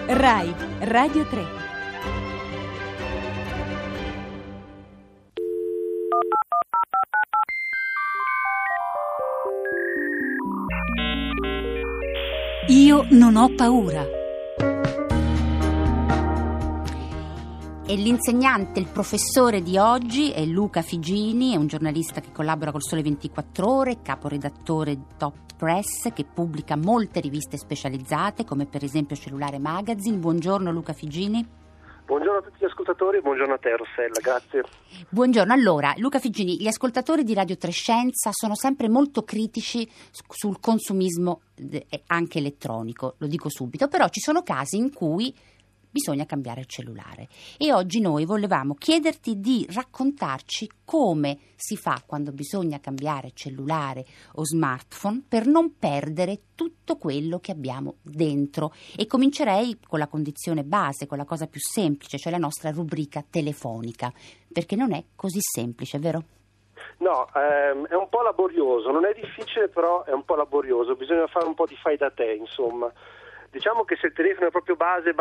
Rai Radio 3. Io non ho paura. E l'insegnante, il professore di oggi è Luca Figini, è un giornalista che collabora col Sole 24 Ore, caporedattore di Top Press, che pubblica molte riviste specializzate come per esempio Cellulare Magazine. Buongiorno Luca Figini. Buongiorno a tutti gli ascoltatori, buongiorno a te Rossella, grazie. Buongiorno, allora Luca Figini, gli ascoltatori di Radio 3 Scienza sono sempre molto critici sul consumismo anche elettronico, lo dico subito, però ci sono casi in cui bisogna cambiare il cellulare e oggi noi volevamo chiederti di raccontarci come si fa quando bisogna cambiare cellulare o smartphone per non perdere tutto quello che abbiamo dentro, e comincerei con la condizione base, con la cosa più semplice, cioè la nostra rubrica telefonica, perché non è così semplice, vero? No, è un po' laborioso, non è difficile, però è un po' laborioso, bisogna fare un po' di fai da te, insomma. Diciamo che se il telefono è proprio base,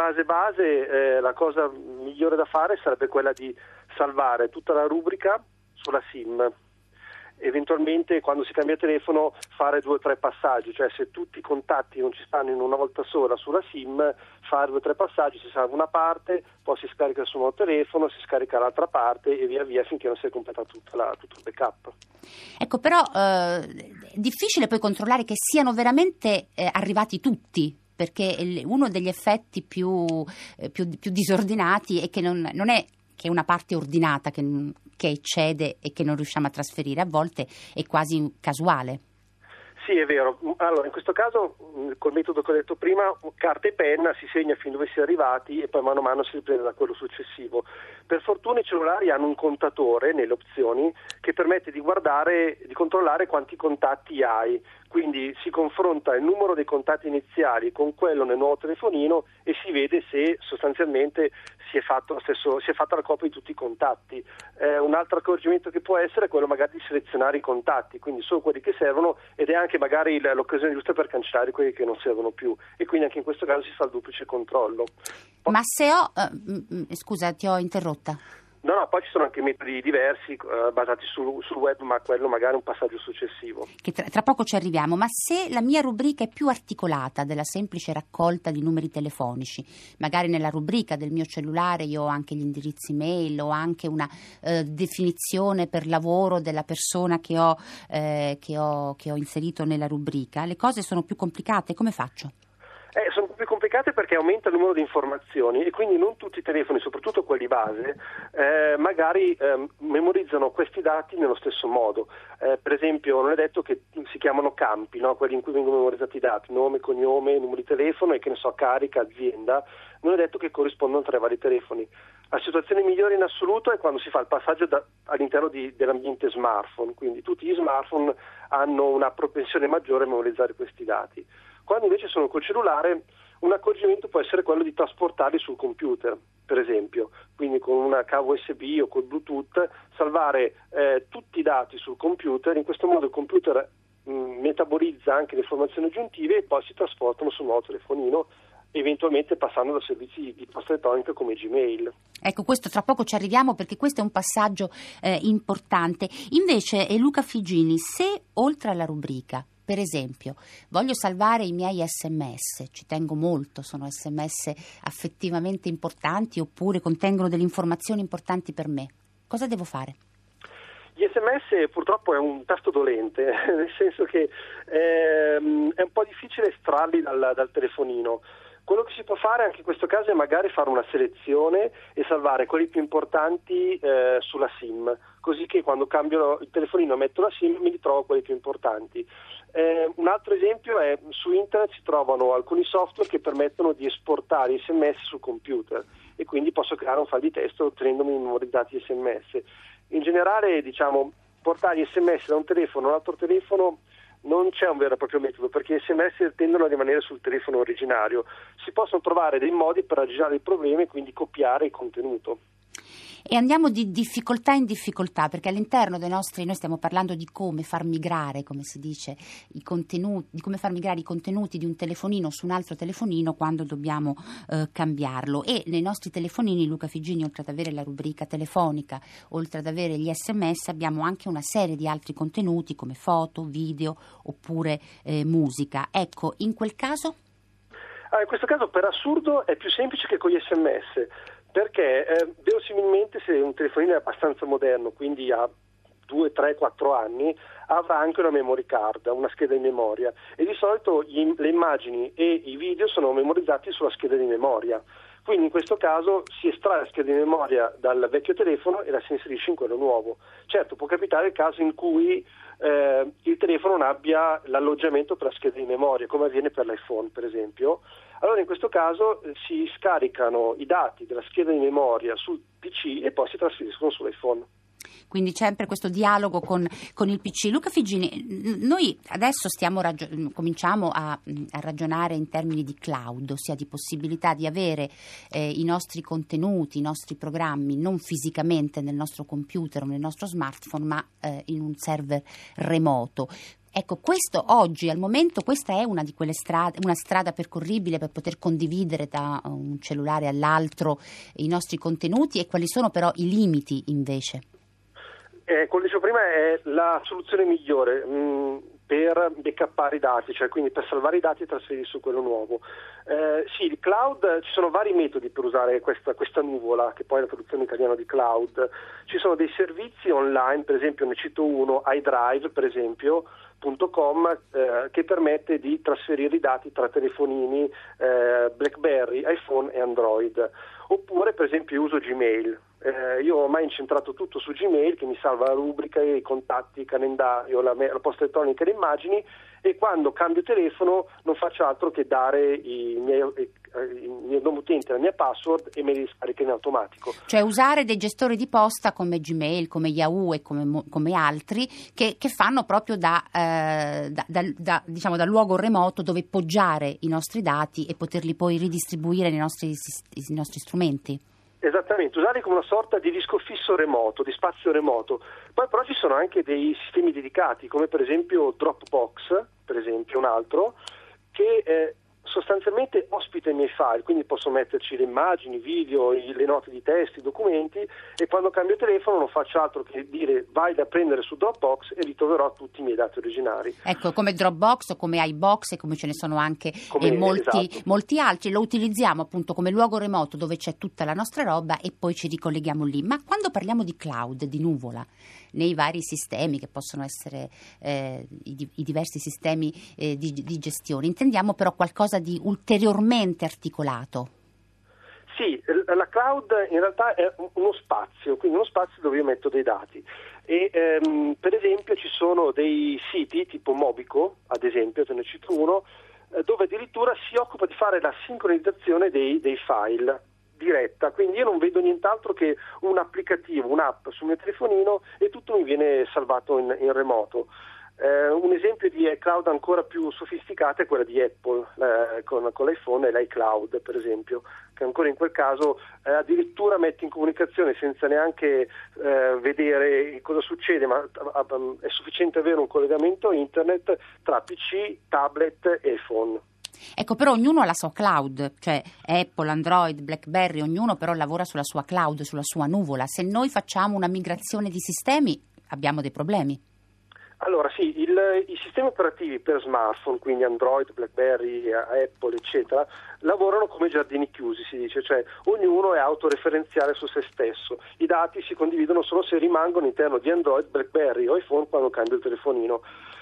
la cosa migliore da fare sarebbe quella di salvare tutta la rubrica sulla SIM. Eventualmente quando si cambia telefono fare 2 o 3 passaggi, cioè se tutti i contatti non ci stanno in una volta sola sulla SIM, fare 2 o 3 passaggi, si salva una parte, poi si scarica sul nuovo telefono, si scarica l'altra parte e via via finché non si è completato tutto il backup. Ecco, però è difficile poi controllare che siano veramente arrivati tutti, perché uno degli effetti più disordinati è che non è che una parte ordinata che eccede e che non riusciamo a trasferire, a volte è quasi casuale. Sì, è vero. Allora, in questo caso, col metodo che ho detto prima, carta e penna, si segna fin dove si è arrivati e poi mano a mano si riprende da quello successivo. Per fortuna i cellulari hanno un contatore nelle opzioni che permette di controllare quanti contatti hai. Quindi si confronta il numero dei contatti iniziali con quello nel nuovo telefonino e si vede se sostanzialmente si è fatta la copia di tutti i contatti. Un altro accorgimento che può essere è quello magari di selezionare i contatti, quindi solo quelli che servono, ed è anche magari l'occasione giusta per cancellare quelli che non servono più, e quindi anche in questo caso si fa il duplice controllo. Ma se ho scusa, ti ho interrotta. No, poi ci sono anche metodi diversi basati sul web, ma quello magari è un passaggio successivo. Che tra poco ci arriviamo, ma se la mia rubrica è più articolata della semplice raccolta di numeri telefonici, magari nella rubrica del mio cellulare io ho anche gli indirizzi mail, ho anche una definizione per lavoro della persona che ho inserito nella rubrica, le cose sono più complicate, come faccio? Sono più complicate perché aumenta il numero di informazioni e quindi non tutti i telefoni, soprattutto quelli base, magari memorizzano questi dati nello stesso modo. Per esempio, non è detto che si chiamano campi, no? Quelli in cui vengono memorizzati i dati, nome, cognome, numero di telefono e carica, azienda, non è detto che corrispondano tra i vari telefoni. La situazione migliore in assoluto è quando si fa il passaggio all'interno dell'ambiente smartphone, quindi tutti gli smartphone hanno una propensione maggiore a memorizzare questi dati. Quando invece sono col cellulare, un accorgimento può essere quello di trasportarli sul computer, per esempio, quindi con una cavo USB o col Bluetooth, salvare tutti i dati sul computer. In questo modo il computer metabolizza anche le informazioni aggiuntive e poi si trasportano sul nuovo telefonino, eventualmente passando da servizi di posta elettronica come Gmail. Ecco, questo tra poco ci arriviamo perché questo è un passaggio importante. Invece, Luca Figini, se oltre alla rubrica, per esempio, voglio salvare i miei SMS, ci tengo molto, sono SMS affettivamente importanti oppure contengono delle informazioni importanti per me, cosa devo fare? Gli SMS purtroppo è un tasto dolente, nel senso che è un po' difficile estrarli dal telefonino. Quello che si può fare anche in questo caso è magari fare una selezione e salvare quelli più importanti sulla SIM, così che quando cambio il telefonino e metto la SIM mi ritrovo quelli più importanti. Un altro esempio è su internet si trovano alcuni software che permettono di esportare i SMS sul computer e quindi posso creare un file di testo ottenendomi memorizzati gli SMS. In generale, portare gli SMS da un telefono a un altro telefono non c'è un vero e proprio metodo, perché gli SMS tendono a rimanere sul telefono originario. Si possono trovare dei modi per aggirare il problema e quindi copiare il contenuto. E andiamo di difficoltà in difficoltà, perché all'interno dei nostri, noi stiamo parlando di come far migrare, come si dice, i contenuti, di come far migrare i contenuti di un telefonino su un altro telefonino quando dobbiamo cambiarlo. E nei nostri telefonini, Luca Figgini, oltre ad avere la rubrica telefonica, oltre ad avere gli SMS, abbiamo anche una serie di altri contenuti come foto, video oppure musica. Ecco, in quel caso? In questo caso, per assurdo, è più semplice che con gli SMS, perché verosimilmente, se un telefonino è abbastanza moderno, quindi ha 2, 3, 4 anni, avrà anche una memory card, una scheda di memoria, e di solito le immagini e i video sono memorizzati sulla scheda di memoria. Quindi in questo caso si estrae la scheda di memoria dal vecchio telefono e la si inserisce in quello nuovo. Certo, può capitare il caso in cui il telefono non abbia l'alloggiamento per la scheda di memoria, come avviene per l'iPhone per esempio. Allora in questo caso si scaricano i dati della scheda di memoria sul PC e poi si trasferiscono sull'iPhone. Quindi sempre questo dialogo con il PC. Luca Figgini, noi adesso cominciamo a ragionare in termini di cloud, ossia di possibilità di avere i nostri contenuti, i nostri programmi non fisicamente nel nostro computer o nel nostro smartphone, ma in un server remoto. Ecco, questo oggi, al momento, questa è una di quelle una strada percorribile per poter condividere da un cellulare all'altro i nostri contenuti, e quali sono però i limiti invece? Come dicevo prima, è la soluzione migliore per backuppare i dati, cioè quindi per salvare i dati e trasferirli su quello nuovo. Sì, il cloud, ci sono vari metodi per usare questa nuvola, che poi è la traduzione italiana di cloud. Ci sono dei servizi online, per esempio ne cito uno, iDrive per esempio, .com, che permette di trasferire i dati tra telefonini BlackBerry, iPhone e Android. Oppure per esempio io uso Gmail. Io ho ormai incentrato tutto su Gmail, che mi salva la rubrica, i contatti, il calendario, la posta elettronica e le immagini, e quando cambio telefono non faccio altro che dare il mio nome utente, la mia password, e me li scarica in automatico. Cioè usare dei gestori di posta come Gmail, come Yahoo e come altri che fanno proprio diciamo, da luogo remoto dove poggiare i nostri dati e poterli poi ridistribuire nei nostri strumenti. Esattamente, usarli come una sorta di disco fisso remoto, di spazio remoto. Poi però ci sono anche dei sistemi dedicati, come per esempio Dropbox, per esempio un altro, che sostanzialmente ospita i miei file, quindi posso metterci le immagini, video, le note di testo, i documenti, e quando cambio telefono non faccio altro che dire vai da prendere su Dropbox e ritroverò tutti i miei dati originari. Ecco, come Dropbox o come iBox, e come ce ne sono anche molti altri, lo utilizziamo appunto come luogo remoto dove c'è tutta la nostra roba e poi ci ricolleghiamo lì. Ma quando parliamo di cloud, di nuvola, nei vari sistemi che possono essere i diversi sistemi di gestione, intendiamo però qualcosa di ulteriormente articolato? Sì, la cloud in realtà è uno spazio, quindi uno spazio dove io metto dei dati, e per esempio ci sono dei siti tipo Mobico, ad esempio, te ne cito uno, dove addirittura si occupa di fare la sincronizzazione dei file diretta, quindi io non vedo nient'altro che un applicativo, un'app sul mio telefonino, e tutto mi viene salvato in remoto. Un esempio di cloud ancora più sofisticata è quella di Apple con l'iPhone e l'iCloud per esempio, che ancora in quel caso addirittura mette in comunicazione senza neanche vedere cosa succede, ma è sufficiente avere un collegamento internet tra PC, tablet e iPhone. Ecco, però ognuno ha la sua cloud, cioè Apple, Android, BlackBerry, ognuno però lavora sulla sua cloud, sulla sua nuvola. Se noi facciamo una migrazione di sistemi abbiamo dei problemi. Allora sì, i sistemi operativi per smartphone, quindi Android, BlackBerry, Apple, eccetera, lavorano come giardini chiusi, si dice, cioè ognuno è autoreferenziale su se stesso. I dati si condividono solo se rimangono all'interno di Android, BlackBerry o iPhone quando cambio il telefonino.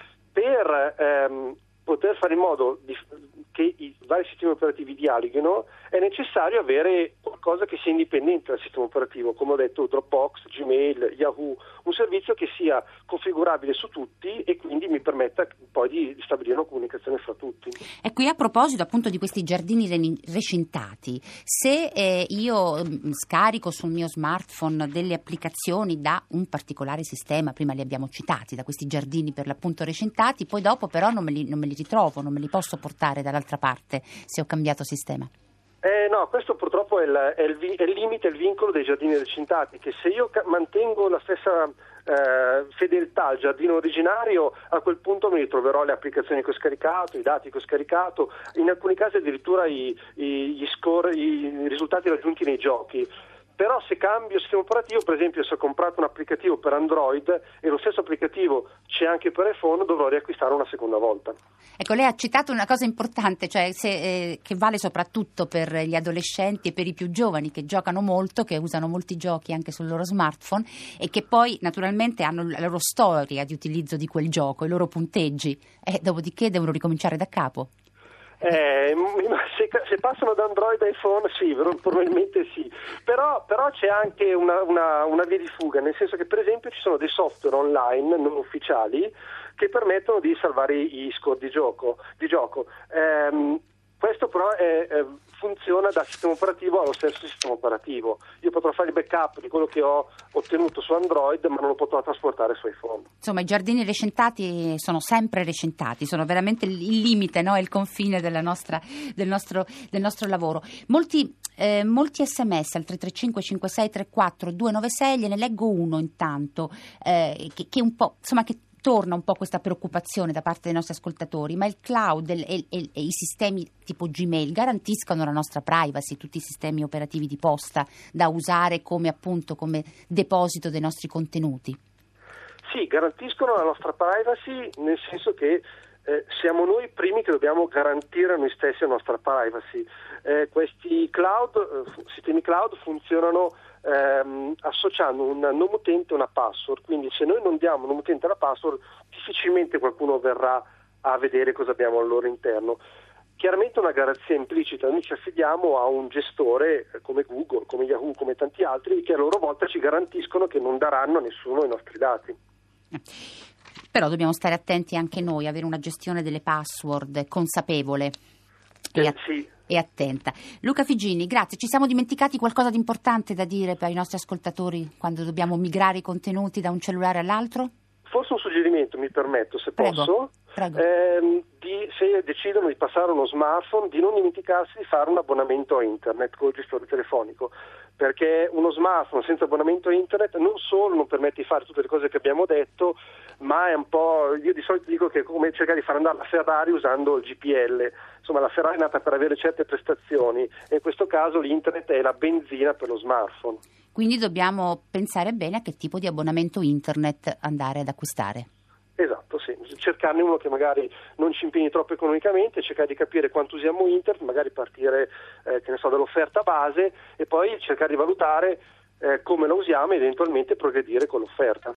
Per poter fare in modo che i vari sistemi operativi dialoghino è necessario avere qualcosa che sia indipendente dal sistema operativo, come ho detto Dropbox, Gmail, Yahoo, un servizio che sia configurabile su tutti e quindi mi permetta poi di stabilire una comunicazione fra tutti. E qui a proposito appunto di questi giardini recintati, se io scarico sul mio smartphone delle applicazioni da un particolare sistema, prima li abbiamo citati, da questi giardini per l'appunto recintati, poi dopo però non me li ritrovo, non me li posso portare dall'altra parte se ho cambiato sistema. No, questo purtroppo è il limite, il vincolo dei giardini recintati, che se io mantengo la stessa fedeltà al giardino originario, a quel punto mi ritroverò le applicazioni che ho scaricato, i dati che ho scaricato, in alcuni casi addirittura gli score, i risultati raggiunti nei giochi. Però se cambio sistema operativo, per esempio se ho comprato un applicativo per Android e lo stesso applicativo c'è anche per iPhone, dovrò riacquistare una seconda volta. Ecco, lei ha citato una cosa importante, cioè che vale soprattutto per gli adolescenti e per i più giovani che giocano molto, che usano molti giochi anche sul loro smartphone e che poi naturalmente hanno la loro storia di utilizzo di quel gioco, i loro punteggi, e dopodiché devono ricominciare da capo. Se passano da Android a iPhone sì, probabilmente sì, però c'è anche una via di fuga, nel senso che per esempio ci sono dei software online non ufficiali che permettono di salvare i score di gioco. Questo però funziona da sistema operativo allo stesso sistema operativo. Io potrò fare il backup di quello che ho ottenuto su Android, ma non lo potrò trasportare su iPhone. Insomma, i giardini recintati sono sempre recintati, sono veramente il limite, no? Il confine del nostro lavoro. Molti SMS al 335 5634 296, gliene leggo uno intanto, che un po', insomma, che torna un po' questa preoccupazione da parte dei nostri ascoltatori, ma il cloud e i sistemi tipo Gmail garantiscono la nostra privacy, tutti i sistemi operativi di posta da usare come deposito dei nostri contenuti? Sì, garantiscono la nostra privacy, nel senso che siamo noi primi che dobbiamo garantire a noi stessi la nostra privacy. Questi sistemi cloud funzionano associando un nome utente e una password, quindi se noi non diamo un nome utente e la password difficilmente qualcuno verrà a vedere cosa abbiamo al loro interno. Chiaramente una garanzia implicita, noi ci affidiamo a un gestore come Google, come Yahoo, come tanti altri, che a loro volta ci garantiscono che non daranno a nessuno i nostri dati. Però dobbiamo stare attenti anche noi, avere una gestione delle password consapevole e attenta. Luca Figini, grazie. Ci siamo dimenticati qualcosa di importante da dire per i nostri ascoltatori quando dobbiamo migrare i contenuti da un cellulare all'altro? Forse un suggerimento, mi permetto, se Prego. posso. Se decidono di passare uno smartphone, di non dimenticarsi di fare un abbonamento a internet col gestore telefonico, perché uno smartphone senza abbonamento a internet non solo non permette di fare tutte le cose che abbiamo detto, ma è un po', io di solito dico che è come cercare di far andare la Ferrari usando il GPL. Insomma, la Ferrari è nata per avere certe prestazioni e in questo caso l'internet è la benzina per lo smartphone. Quindi dobbiamo pensare bene a che tipo di abbonamento internet andare ad acquistare. Esatto, sì. Cercarne uno che magari non ci impegni troppo economicamente, cercare di capire quanto usiamo internet, magari partire dall'offerta base e poi cercare di valutare come la usiamo e eventualmente progredire con l'offerta.